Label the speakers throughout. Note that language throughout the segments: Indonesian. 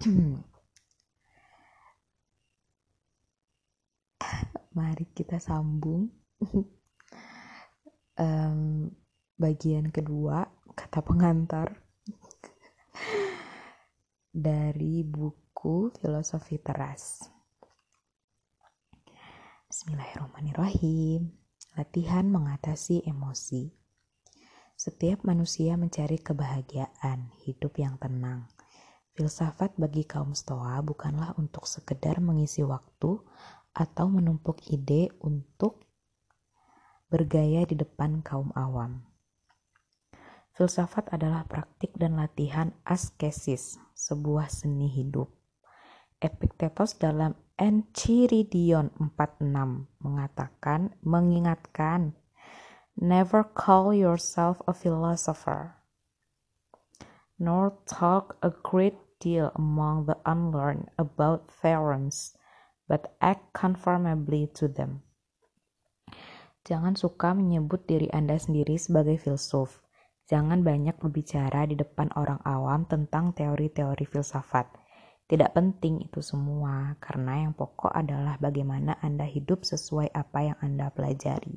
Speaker 1: Mari kita sambung bagian kedua, kata pengantar dari buku Filosofi Teras. Bismillahirrahmanirrahim. Latihan mengatasi emosi. Setiap manusia mencari kebahagiaan, hidup yang tenang. Filsafat bagi kaum Stoa bukanlah untuk sekedar mengisi waktu atau menumpuk ide untuk bergaya di depan kaum awam. Filsafat adalah praktik dan latihan askesis, sebuah seni hidup. Epictetus dalam Enchiridion 46 mengingatkan, never call yourself a philosopher, nor talk a great deal among the unlearned about theorems, but act conformably to them. Jangan suka menyebut diri Anda sendiri sebagai filsuf. Jangan banyak berbicara di depan orang awam tentang teori-teori filsafat. Tidak penting itu semua, karena yang pokok adalah bagaimana Anda hidup sesuai apa yang Anda pelajari.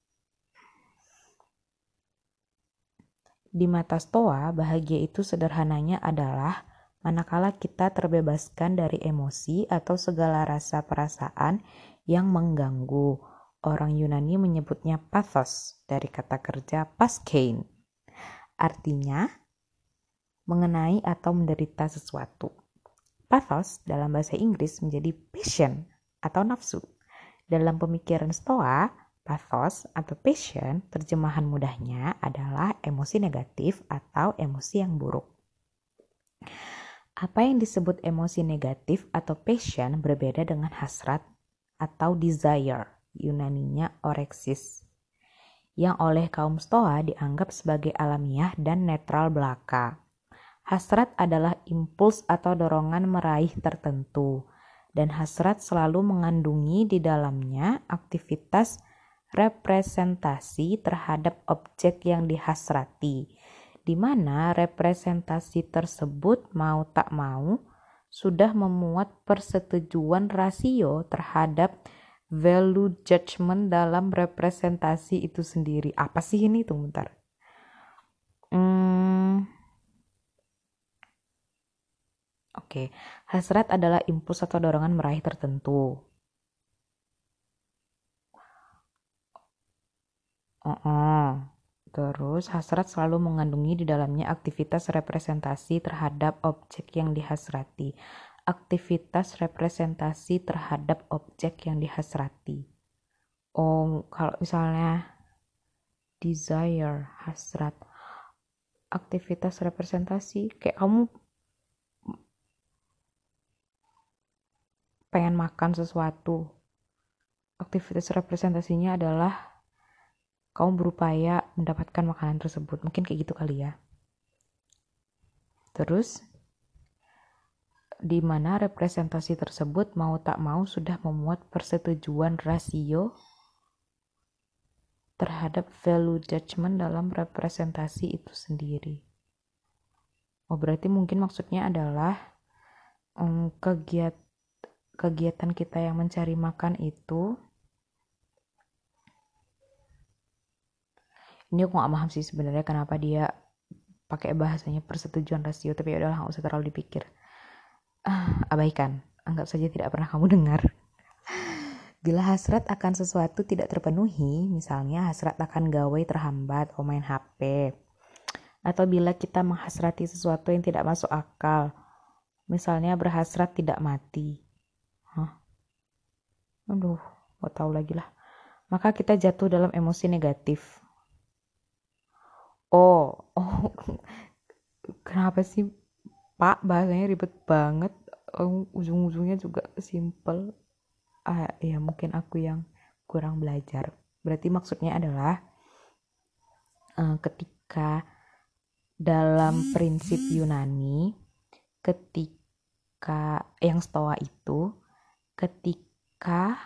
Speaker 1: Di mata Stoa, bahagia itu sederhananya adalah manakala kita terbebaskan dari emosi atau segala rasa perasaan yang mengganggu. Orang Yunani menyebutnya pathos, dari kata kerja paskein. Artinya, mengenai atau menderita sesuatu. Pathos dalam bahasa Inggris menjadi passion atau nafsu. Dalam pemikiran Stoa, pathos atau passion, terjemahan mudahnya adalah emosi negatif atau emosi yang buruk. Apa yang disebut emosi negatif atau passion berbeda dengan hasrat atau desire, Yunaninya orexis, yang oleh kaum Stoa dianggap sebagai alamiah dan netral belaka. Hasrat adalah impuls atau dorongan meraih tertentu, dan hasrat selalu mengandungi di dalamnya aktivitas representasi terhadap objek yang dihasrati, di mana representasi tersebut mau tak mau sudah memuat persetujuan rasio terhadap value judgment dalam representasi itu sendiri. Apa sih ini? Tunggu bentar. Oke. Hasrat adalah impuls atau dorongan meraih tertentu. Terus hasrat selalu mengandungi di dalamnya aktivitas representasi terhadap objek yang dihasrati. Aktivitas representasi terhadap objek yang dihasrati. Kalau misalnya desire, hasrat, aktivitas representasi, kayak kamu pengen makan sesuatu. Aktivitas representasinya adalah kamu berupaya mendapatkan makanan tersebut. Mungkin kayak gitu kali ya. Terus, di mana representasi tersebut mau tak mau sudah memuat persetujuan rasio terhadap value judgment dalam representasi itu sendiri. Berarti mungkin maksudnya adalah kegiatan kita yang mencari makan itu, ini aku gak paham sih sebenarnya kenapa dia pakai bahasanya persetujuan rasio, tapi yaudahlah, gak usah terlalu dipikir. Abaikan, anggap saja tidak pernah kamu dengar. Bila hasrat akan sesuatu tidak terpenuhi, misalnya hasrat akan gawe terhambat atau main HP, atau bila kita menghasrati sesuatu yang tidak masuk akal, misalnya berhasrat tidak mati. Gak tahu lagi lah. Maka kita jatuh dalam emosi negatif. Kenapa sih Pak bahasanya ribet banget? Ujung-ujungnya juga simple. Ya mungkin aku yang kurang belajar. Berarti maksudnya adalah ketika dalam prinsip Yunani, ketika yang Stoa itu, ketika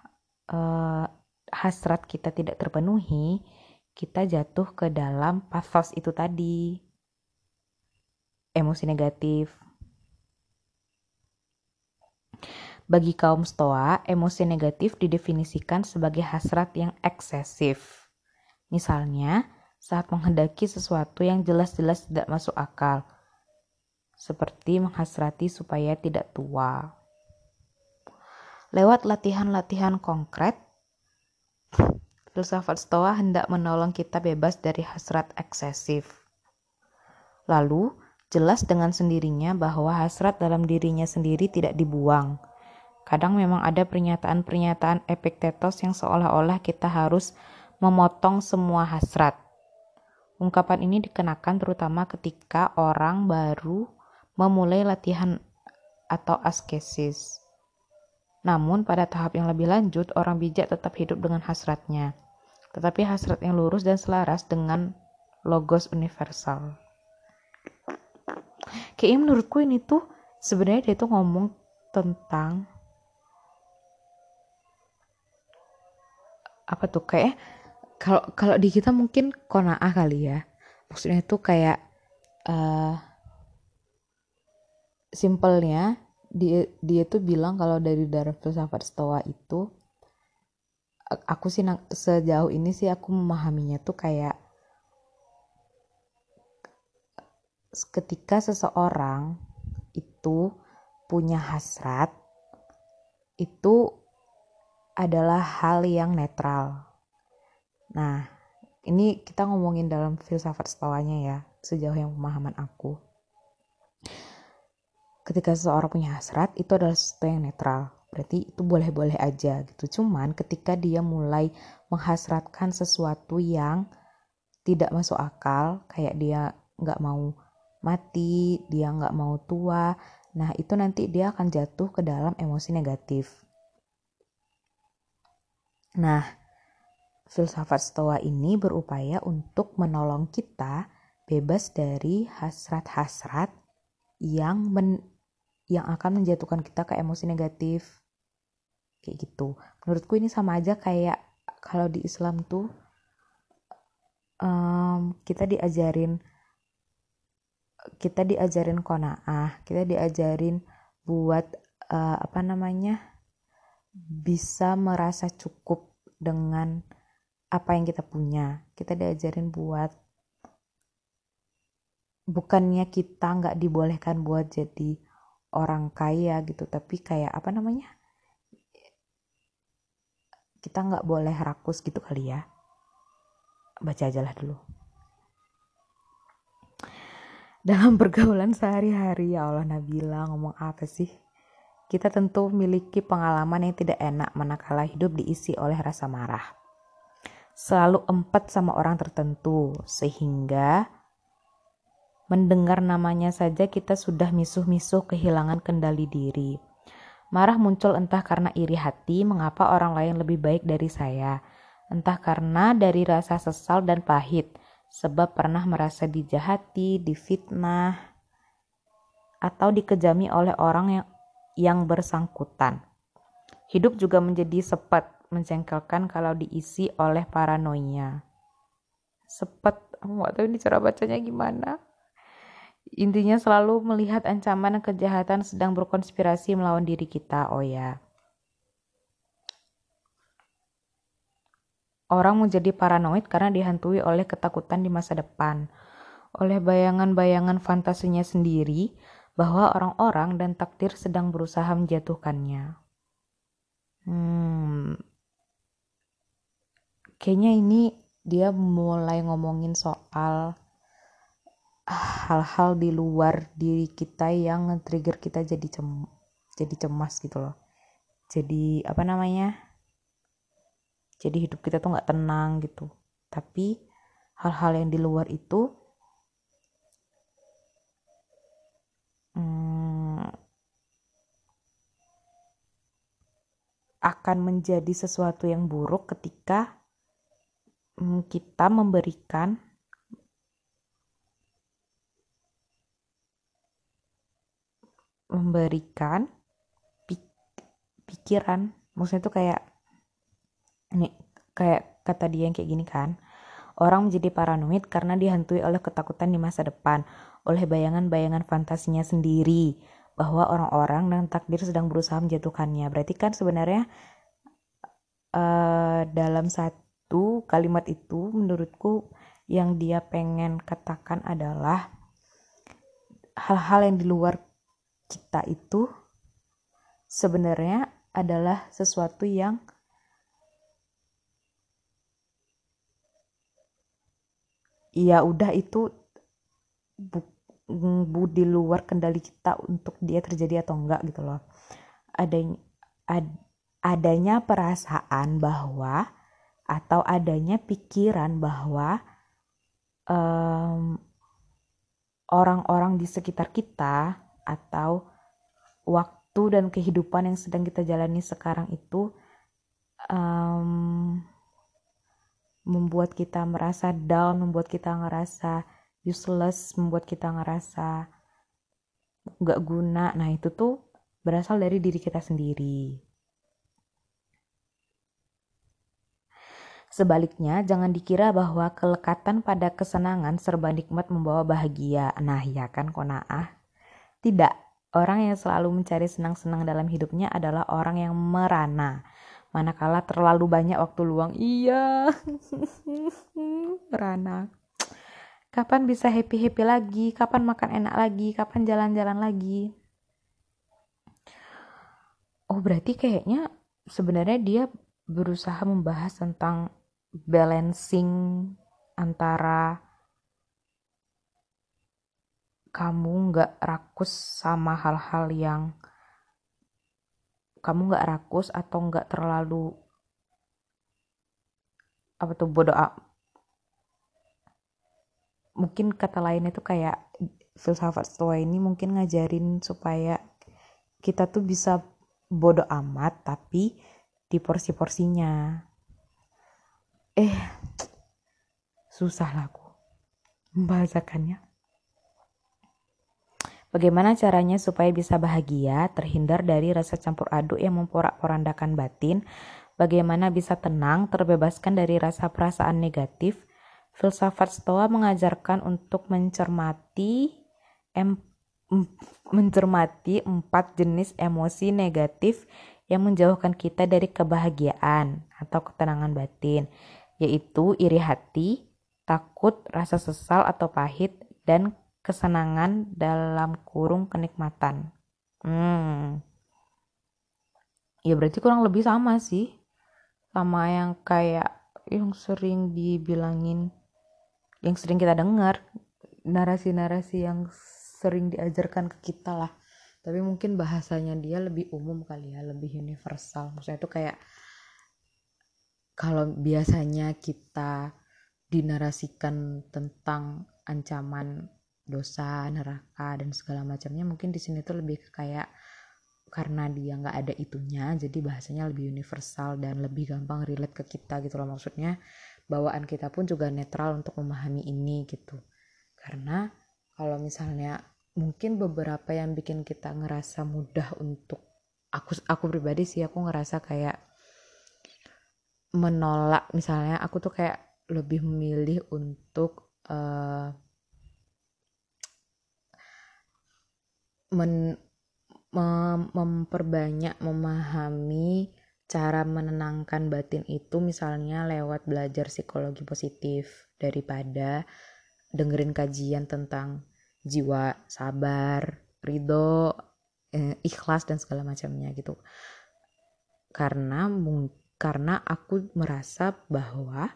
Speaker 1: hasrat kita tidak terpenuhi, kita jatuh ke dalam pathos itu tadi, emosi negatif. Bagi kaum Stoa, emosi negatif didefinisikan sebagai hasrat yang eksesif. Misalnya, saat menghendaki sesuatu yang jelas-jelas tidak masuk akal, seperti menghasrati supaya tidak tua. Lewat latihan-latihan konkret, filsafat Stoa hendak menolong kita bebas dari hasrat eksesif. Lalu, jelas dengan sendirinya bahwa hasrat dalam dirinya sendiri tidak dibuang. Kadang memang ada pernyataan-pernyataan Epiktetos yang seolah-olah kita harus memotong semua hasrat. Ungkapan ini dikenakan terutama ketika orang baru memulai latihan atau askesis. Namun pada tahap yang lebih lanjut, orang bijak tetap hidup dengan hasratnya, tetapi hasrat yang lurus dan selaras dengan logos universal. Kayaknya menurutku ini tuh sebenarnya dia tuh ngomong tentang apa tuh, kayak kalau di kita mungkin qanaah kali ya. Maksudnya tuh kayak simpelnya dia tuh bilang kalau dari filsafat Stoa itu, aku sih sejauh ini sih aku memahaminya tuh kayak ketika seseorang itu punya hasrat, itu adalah hal yang netral. Nah, ini kita ngomongin dalam filsafat Stoanya ya, sejauh yang pemahaman aku. Ketika seseorang punya hasrat, itu adalah sesuatu yang netral. Berarti itu boleh-boleh aja gitu. Cuman ketika dia mulai menghasratkan sesuatu yang tidak masuk akal, kayak dia nggak mau mati, dia nggak mau tua, nah itu nanti dia akan jatuh ke dalam emosi negatif. Nah, filsafat Stoa ini berupaya untuk menolong kita bebas dari hasrat-hasrat yang akan menjatuhkan kita ke emosi negatif. Kayak gitu. Menurutku ini sama aja kayak kalau di Islam tuh kita diajarin qanaah, kita diajarin buat bisa merasa cukup dengan apa yang kita punya. Kita diajarin buat bukannya kita nggak dibolehkan buat jadi orang kaya gitu, tapi kayak kita nggak boleh rakus gitu kali ya. Baca aja lah dulu. Dalam pergaulan sehari-hari, ya Allah Nabila ngomong apa sih? Kita tentu memiliki pengalaman yang tidak enak manakala hidup diisi oleh rasa marah. Selalu empat sama orang tertentu, sehingga mendengar namanya saja kita sudah misuh-misuh kehilangan kendali diri. Marah muncul entah karena iri hati, mengapa orang lain lebih baik dari saya. Entah karena dari rasa sesal dan pahit, sebab pernah merasa dijahati, difitnah, atau dikejami oleh orang yang bersangkutan. Hidup juga menjadi sepet, menjengkelkan kalau diisi oleh paranoia. Sepet, aku gak tahu ini cara bacanya gimana. Intinya selalu melihat ancaman dan kejahatan sedang berkonspirasi melawan diri kita. Oh ya. Orang menjadi paranoid karena dihantui oleh ketakutan di masa depan, oleh bayangan-bayangan fantasinya sendiri bahwa orang-orang dan takdir sedang berusaha menjatuhkannya. Kayaknya ini dia mulai ngomongin soal hal-hal di luar diri kita yang nge-trigger kita jadi cemas gitu loh. Jadi jadi hidup kita tuh nggak tenang gitu. Tapi hal-hal yang di luar itu akan menjadi sesuatu yang buruk ketika kita memberikan pikiran, maksudnya tuh kayak kata dia yang kayak gini kan, orang menjadi paranoid karena dihantui oleh ketakutan di masa depan, oleh bayangan-bayangan fantasinya sendiri bahwa orang-orang dan takdir sedang berusaha menjatuhkannya. Berarti kan sebenarnya dalam satu kalimat itu menurutku yang dia pengen katakan adalah hal-hal yang di luar kita itu sebenarnya adalah sesuatu yang ya udah itu di luar kendali kita untuk dia terjadi atau enggak gitu loh. Adanya perasaan bahwa atau adanya pikiran bahwa orang-orang di sekitar kita atau waktu dan kehidupan yang sedang kita jalani sekarang itu membuat kita merasa down, membuat kita ngerasa useless, membuat kita ngerasa gak guna. Nah itu tuh berasal dari diri kita sendiri. Sebaliknya, jangan dikira bahwa kelekatan pada kesenangan serba nikmat membawa bahagia. Nah ya kan konaah. Tidak, orang yang selalu mencari senang-senang dalam hidupnya adalah orang yang merana. Manakala terlalu banyak waktu luang. Iya, merana. Kapan bisa happy-happy lagi? Kapan makan enak lagi? Kapan jalan-jalan lagi? Oh, berarti kayaknya sebenarnya dia berusaha membahas tentang balancing antara kamu nggak rakus sama hal-hal yang kamu nggak rakus atau nggak terlalu bodoh. Mungkin kata lainnya tuh kayak filsafat Stoa ini mungkin ngajarin supaya kita tuh bisa bodoh amat tapi di porsi-porsinya. Susah lah aku membahasakannya. Bagaimana caranya supaya bisa bahagia, terhindar dari rasa campur aduk yang memporak-porandakan batin, bagaimana bisa tenang, terbebaskan dari rasa perasaan negatif. Filsafat Stoa mengajarkan untuk mencermati 4 jenis emosi negatif yang menjauhkan kita dari kebahagiaan atau ketenangan batin, yaitu iri hati, takut, rasa sesal atau pahit, dan kesenangan dalam kurung kenikmatan. Ya berarti kurang lebih sama sih, sama yang kayak yang sering dibilangin, yang sering kita dengar, narasi-narasi yang sering diajarkan ke kita lah. Tapi mungkin bahasanya dia lebih umum kali ya, lebih universal. Maksudnya itu kayak kalau biasanya kita dinarasikan tentang ancaman dosa, neraka dan segala macamnya, mungkin di sini tuh lebih kayak karena dia nggak ada itunya, jadi bahasanya lebih universal dan lebih gampang relate ke kita gitu loh. Maksudnya bawaan kita pun juga netral untuk memahami ini gitu. Karena kalau misalnya mungkin beberapa yang bikin kita ngerasa mudah untuk aku pribadi sih, aku ngerasa kayak menolak, misalnya aku tuh kayak lebih memilih untuk memperbanyak memahami cara menenangkan batin itu misalnya lewat belajar psikologi positif daripada dengerin kajian tentang jiwa, sabar, ridho, ikhlas dan segala macamnya gitu. Karena aku merasa bahwa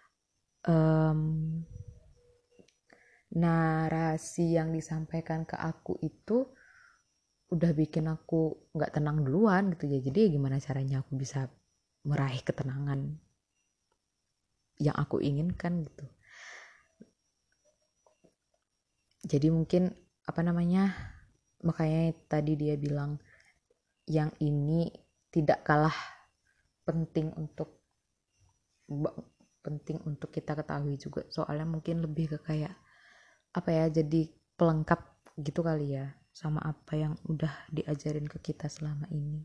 Speaker 1: narasi yang disampaikan ke aku itu udah bikin aku nggak tenang duluan gitu ya. Jadi gimana caranya aku bisa meraih ketenangan yang aku inginkan gitu. Jadi mungkin makanya tadi dia bilang yang ini tidak kalah penting untuk kita ketahui juga, soalnya mungkin lebih ke kayak jadi pelengkap gitu kali ya sama apa yang udah diajarin ke kita selama ini.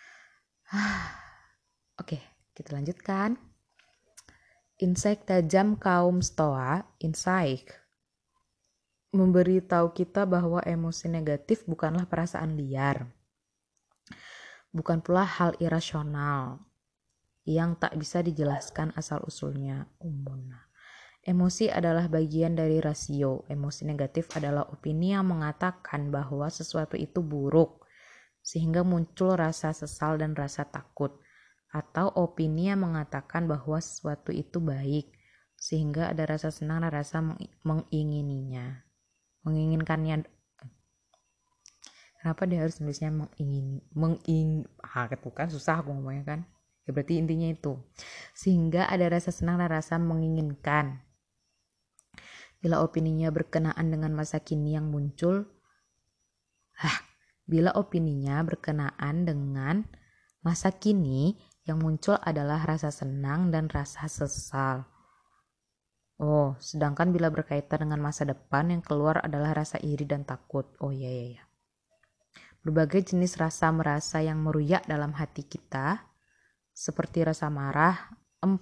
Speaker 1: Oke, kita lanjutkan. Insight tajam kaum Stoa, insight. memberitahu kita bahwa emosi negatif bukanlah perasaan liar, bukan pula hal irasional yang tak bisa dijelaskan asal-usulnya. Emosi adalah bagian dari rasio. Emosi negatif adalah opini yang mengatakan bahwa sesuatu itu buruk, sehingga muncul rasa sesal dan rasa takut. Atau opini yang mengatakan bahwa sesuatu itu baik, sehingga ada rasa senang dan rasa menginginkannya. Kenapa dia harus nulisnya itu kan susah aku ngomongnya kan. Ya berarti intinya itu. Sehingga ada rasa senang dan rasa menginginkan. Bila opininya berkenaan dengan masa kini yang muncul, bila opininya berkenaan dengan masa kini yang muncul adalah rasa senang dan rasa sesal. Sedangkan bila berkaitan dengan masa depan yang keluar adalah rasa iri dan takut. Iya. Berbagai jenis rasa merasa yang meruyak dalam hati kita, seperti rasa marah,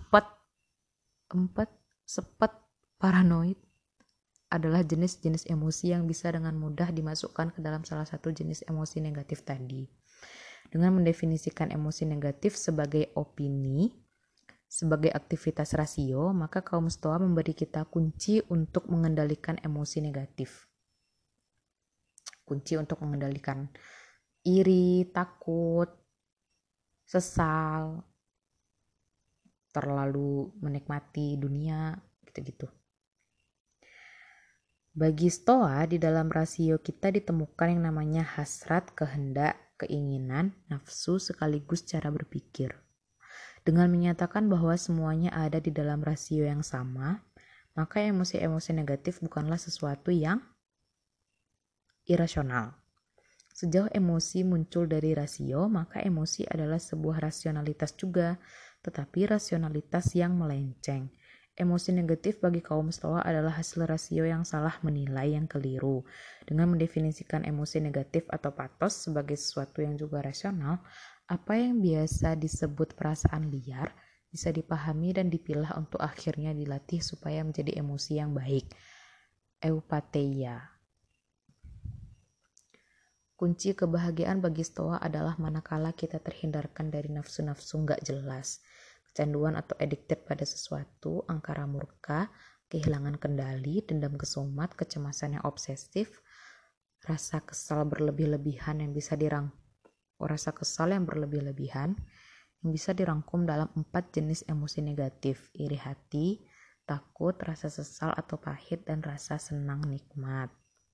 Speaker 1: sepet, paranoid, adalah jenis-jenis emosi yang bisa dengan mudah dimasukkan ke dalam salah satu jenis emosi negatif tadi. Dengan mendefinisikan emosi negatif sebagai opini, sebagai aktivitas rasio, maka kaum Stoa memberi kita kunci untuk mengendalikan emosi negatif. Kunci untuk mengendalikan iri, takut, sesal, terlalu menikmati dunia, gitu-gitu. Bagi Stoa, di dalam rasio kita ditemukan yang namanya hasrat, kehendak, keinginan, nafsu, sekaligus cara berpikir. Dengan menyatakan bahwa semuanya ada di dalam rasio yang sama, maka emosi-emosi negatif bukanlah sesuatu yang irasional. Sejauh emosi muncul dari rasio, maka emosi adalah sebuah rasionalitas juga, tetapi rasionalitas yang melenceng. Emosi negatif bagi kaum Stoa adalah hasil rasio yang salah menilai yang keliru. Dengan mendefinisikan emosi negatif atau patos sebagai sesuatu yang juga rasional, apa yang biasa disebut perasaan liar bisa dipahami dan dipilah untuk akhirnya dilatih supaya menjadi emosi yang baik. Eupatheia. Kunci kebahagiaan bagi Stoa adalah manakala kita terhindarkan dari nafsu-nafsu nggak jelas, kecanduan atau addicted pada sesuatu, angkara murka, kehilangan kendali, dendam kesumat, kecemasan yang obsesif, rasa kesal berlebih-lebihan yang bisa dirangkum dalam 4 jenis emosi negatif: iri hati, takut, rasa sesal atau pahit, dan rasa senang nikmat.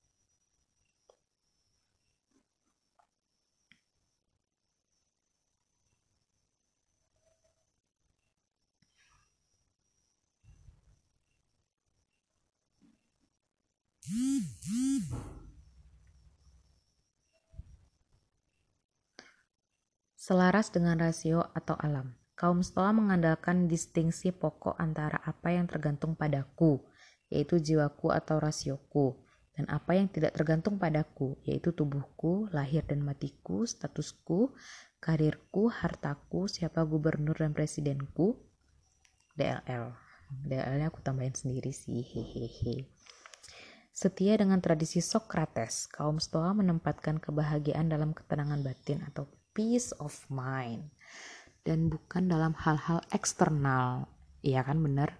Speaker 1: Selaras dengan rasio atau alam, kaum Stoa mengandalkan distingsi pokok antara apa yang tergantung padaku, yaitu jiwaku atau rasioku, dan apa yang tidak tergantung padaku, yaitu tubuhku, lahir dan matiku, statusku, karirku, hartaku, siapa gubernur dan presidenku, DLL. DLL-nya aku tambahin sendiri sih, hehehe. Setia dengan tradisi Socrates, kaum Stoa menempatkan kebahagiaan dalam ketenangan batin atau peace of mind, dan bukan dalam hal-hal eksternal. Iya kan, benar?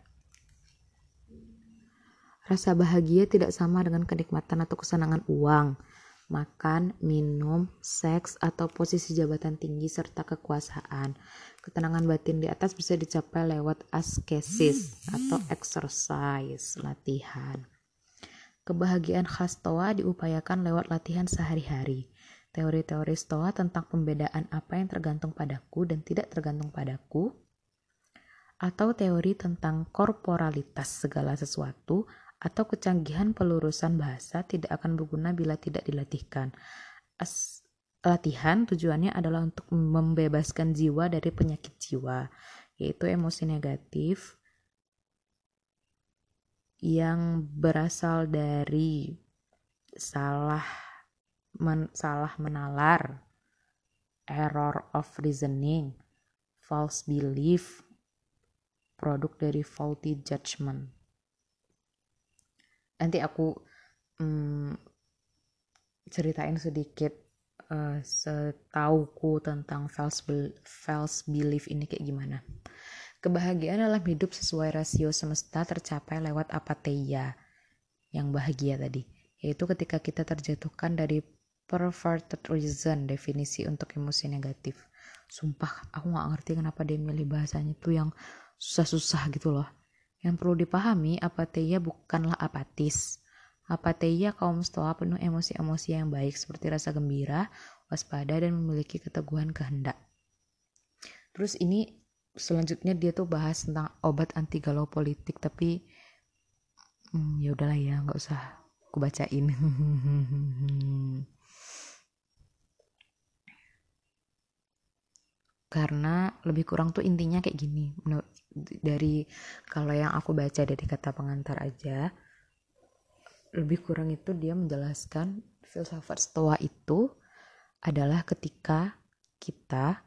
Speaker 1: Rasa bahagia tidak sama dengan kenikmatan atau kesenangan uang, makan, minum, seks, atau posisi jabatan tinggi serta kekuasaan. Ketenangan batin di atas bisa dicapai lewat askesis atau exercise, latihan. Kebahagiaan khas Stoa diupayakan lewat latihan sehari-hari. Teori-teori Stoa tentang pembedaan apa yang tergantung padaku dan tidak tergantung padaku, atau teori tentang korporalitas segala sesuatu, atau kecanggihan pelurusan bahasa tidak akan berguna bila tidak dilatihkan. Latihan tujuannya adalah untuk membebaskan jiwa dari penyakit jiwa, yaitu emosi negatif yang berasal dari salah menalar, error of reasoning, false belief, produk dari faulty judgment. Nanti aku ceritain sedikit setauku tentang false belief ini kayak gimana. Kebahagiaan dalam hidup sesuai rasio semesta tercapai lewat apatheia, yang bahagia tadi, yaitu ketika kita terjatuhkan dari perverted reason, definisi untuk emosi negatif. Sumpah, aku gak ngerti kenapa dia milih bahasanya tuh yang susah-susah gitu loh. Yang perlu dipahami, apatheia bukanlah apatis. Apatheia kaum stoa penuh emosi-emosi yang baik seperti rasa gembira, waspada, dan memiliki keteguhan kehendak. Terus ini selanjutnya dia tuh bahas tentang obat anti galau politik, tapi ya udahlah ya, nggak usah aku bacain. Karena lebih kurang tuh intinya kayak gini, dari kalau yang aku baca dari kata pengantar aja, lebih kurang itu dia menjelaskan filsafat stoa itu adalah ketika kita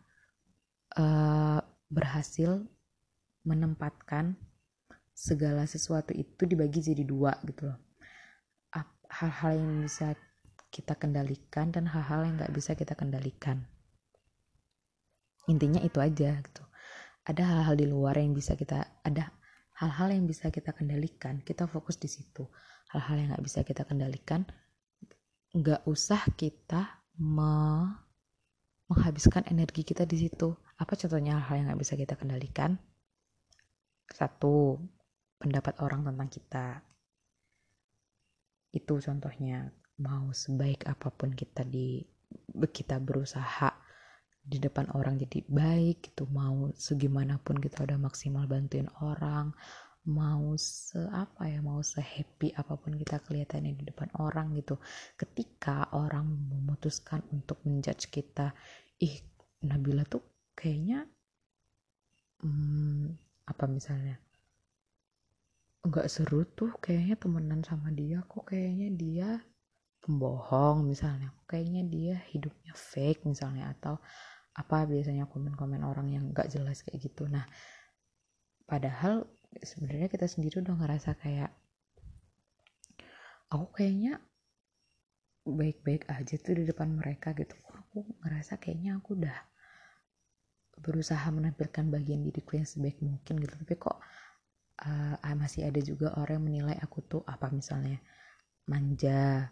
Speaker 1: berhasil menempatkan segala sesuatu itu dibagi jadi dua gitu loh. Hal-hal yang bisa kita kendalikan dan hal-hal yang gak bisa kita kendalikan. Intinya itu aja gitu. Ada hal-hal di luar yang bisa ada hal-hal yang bisa kita kendalikan, kita fokus di situ. Hal-hal yang gak bisa kita kendalikan, gak usah kita menghabiskan energi kita di situ. Apa contohnya hal-hal yang gak bisa kita kendalikan? Satu, pendapat orang tentang kita. Itu contohnya. Mau sebaik apapun kita berusaha di depan orang jadi baik gitu, mau segimanapun kita udah maksimal bantuin orang, mau sehappy apapun kita kelihatannya di depan orang gitu, ketika orang memutuskan untuk menjudge kita, Nabila tuh kayaknya apa misalnya nggak seru tuh kayaknya temenan sama dia, kok kayaknya dia pembohong misalnya, kayaknya dia hidupnya fake misalnya, atau apa biasanya komen-komen orang yang gak jelas kayak gitu. Nah, padahal sebenarnya kita sendiri udah ngerasa kayak aku kayaknya baik-baik aja tuh di depan mereka gitu. Aku ngerasa kayaknya aku udah berusaha menampilkan bagian diriku yang sebaik mungkin gitu, tapi kok masih ada juga orang yang menilai aku tuh apa misalnya manja,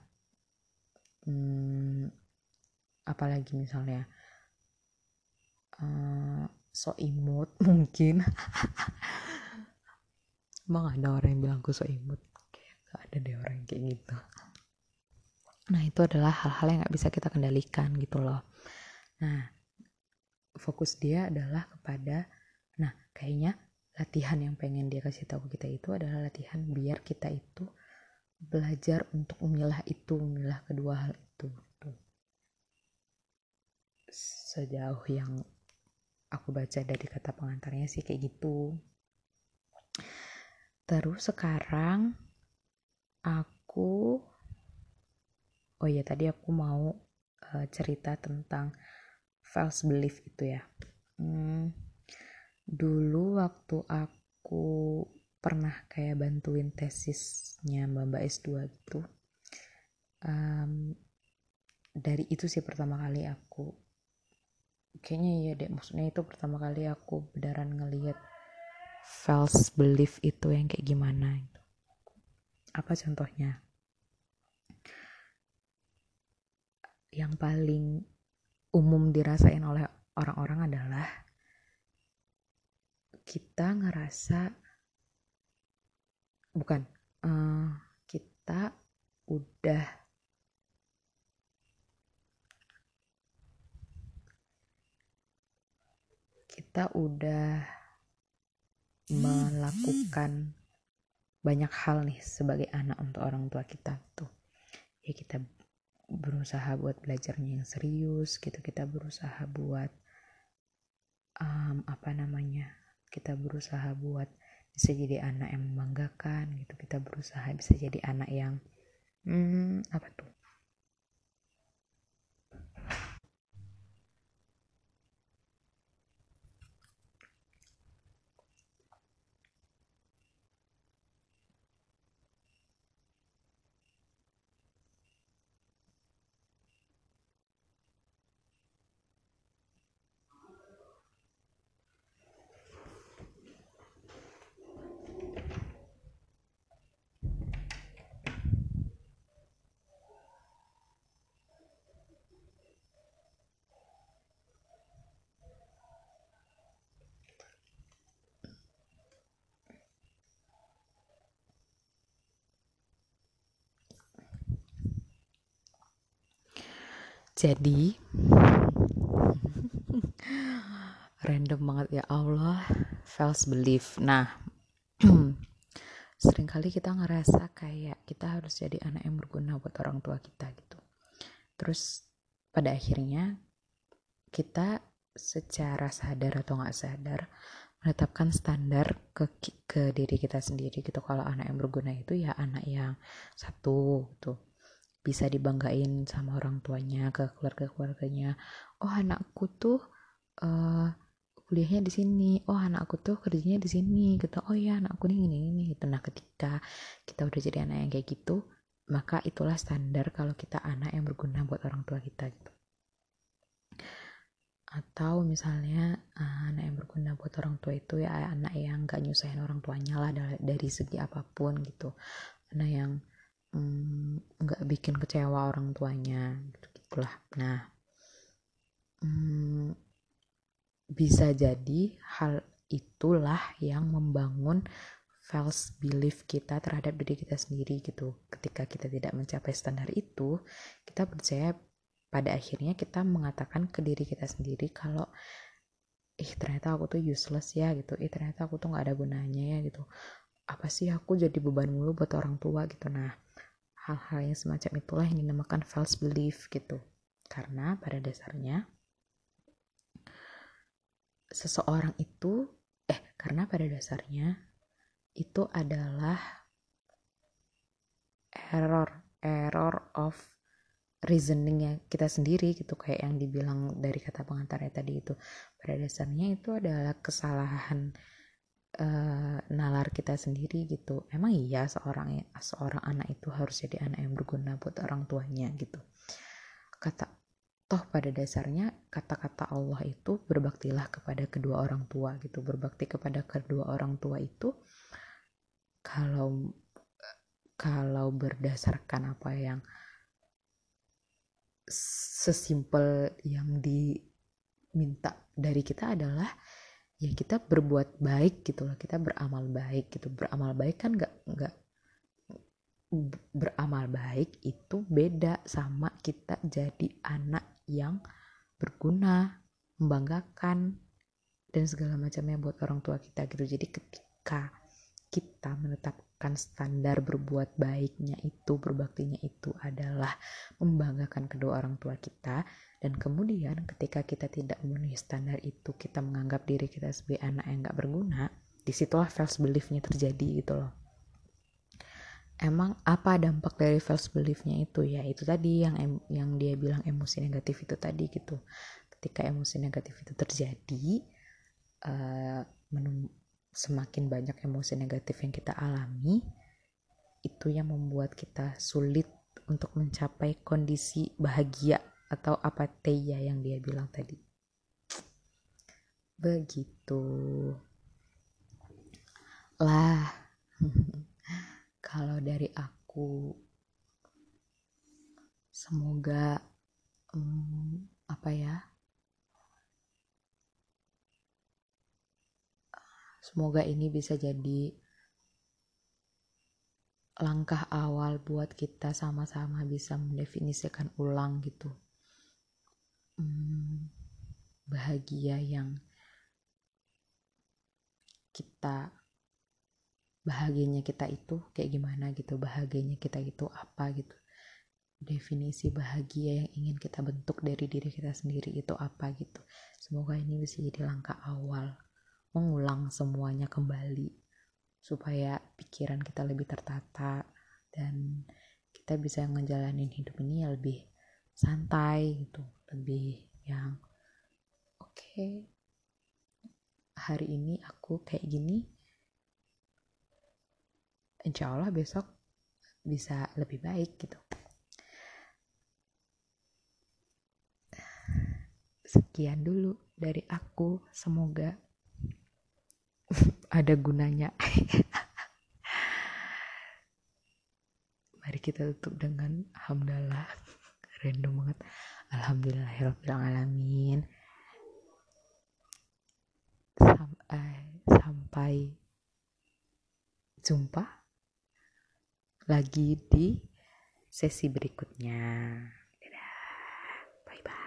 Speaker 1: apalagi misalnya so imut mungkin. Emang ada orang yang bilang aku so imut? Kayak gak ada deh orang yang kayak gitu. Nah, itu adalah hal-hal yang gak bisa kita kendalikan gitu loh. Nah, fokus dia adalah kepada, nah kayaknya latihan yang pengen dia kasih tahu kita itu adalah latihan biar kita itu belajar untuk memilah kedua hal itu. Sejauh yang aku baca dari kata pengantarnya sih kayak gitu. Terus sekarang tadi aku mau cerita tentang false belief itu ya. Dulu waktu aku pernah kayak bantuin tesisnya Mbak S2 gitu, dari itu sih pertama kali aku kayaknya ya deh, maksudnya itu pertama kali aku beneran ngelihat false belief itu yang kayak gimana gitu. Apa contohnya? Yang paling umum dirasain oleh orang-orang adalah kita ngerasa kita udah melakukan banyak hal nih sebagai anak untuk orang tua kita tuh. Ya kita berusaha buat belajarnya yang serius gitu, kita berusaha buat kita berusaha buat bisa jadi anak yang membanggakan gitu, kita berusaha bisa jadi anak yang apa tuh, Jadi random banget ya Allah, false belief. Nah, seringkali kita ngerasa kayak kita harus jadi anak yang berguna buat orang tua kita gitu. Terus pada akhirnya kita secara sadar atau nggak sadar menetapkan standar ke diri kita sendiri gitu. Kalau anak yang berguna itu ya anak yang satu gitu, bisa dibanggain sama orang tuanya, ke keluarganya. Oh, anakku tuh kuliahnya di sini, oh anakku tuh kerjanya di sini gitu, oh ya anakku nih ini gitu. Nah, ketika kita udah jadi anak yang kayak gitu, maka itulah standar kalau kita anak yang berguna buat orang tua kita gitu. Atau misalnya anak yang berguna buat orang tua itu ya anak yang gak nyusahin orang tuanya lah dari segi apapun gitu, anak yang gak bikin kecewa orang tuanya gitu gitulah. Nah, bisa jadi hal itulah yang membangun false belief kita terhadap diri kita sendiri gitu. Ketika kita tidak mencapai standar itu, kita percaya pada akhirnya kita mengatakan ke diri kita sendiri kalau ternyata aku tuh useless ya gitu, ternyata aku tuh gak ada gunanya ya gitu, apa sih aku jadi beban mulu buat orang tua gitu. Nah, hal-hal yang semacam itulah yang dinamakan false belief gitu. Karena pada dasarnya seseorang itu karena pada dasarnya itu adalah error of reasoningnya kita sendiri gitu, kayak yang dibilang dari kata pengantarnya tadi itu. Pada dasarnya itu adalah kesalahan nalar kita sendiri gitu. Emang iya seorang anak itu harus jadi anak yang berguna buat orang tuanya gitu. Toh pada dasarnya kata-kata Allah itu berbaktilah kepada kedua orang tua gitu. Berbakti kepada kedua orang tua itu kalau berdasarkan apa yang sesimpel yang diminta dari kita adalah ya kita berbuat baik gitu loh, kita beramal baik gitu. Beramal baik kan nggak beramal baik itu beda sama kita jadi anak yang berguna, membanggakan dan segala macamnya buat orang tua kita gitu. Jadi ketika kita menetapkan standar berbuat baiknya itu, berbaktinya itu adalah membanggakan kedua orang tua kita, dan kemudian ketika kita tidak memenuhi standar itu, kita menganggap diri kita sebagai anak yang gak berguna, disitulah false belief-nya terjadi gitu loh. Emang apa dampak dari false belief-nya itu? Ya itu tadi yang dia bilang emosi negatif itu tadi gitu. Ketika emosi negatif itu terjadi, semakin banyak emosi negatif yang kita alami, itu yang membuat kita sulit untuk mencapai kondisi bahagia atau apatheia yang dia bilang tadi. Begitu lah. Kalau dari aku, semoga semoga ini bisa jadi langkah awal buat kita sama-sama bisa mendefinisikan ulang gitu bahagia yang bahagianya kita itu kayak gimana gitu, bahagianya kita itu apa gitu, definisi bahagia yang ingin kita bentuk dari diri kita sendiri itu apa gitu. Semoga ini bisa jadi langkah awal mengulang semuanya kembali supaya pikiran kita lebih tertata dan kita bisa ngejalanin hidup ini lebih santai gitu, lebih yang oke, hari ini aku kayak gini, insya Allah besok bisa lebih baik gitu. Sekian dulu dari aku, semoga ada gunanya. Mari kita tutup dengan alhamdulillah. Random banget. Alhamdulillahirrahmanirrahim. Sampai jumpa lagi di sesi berikutnya. Dadah. Bye-bye.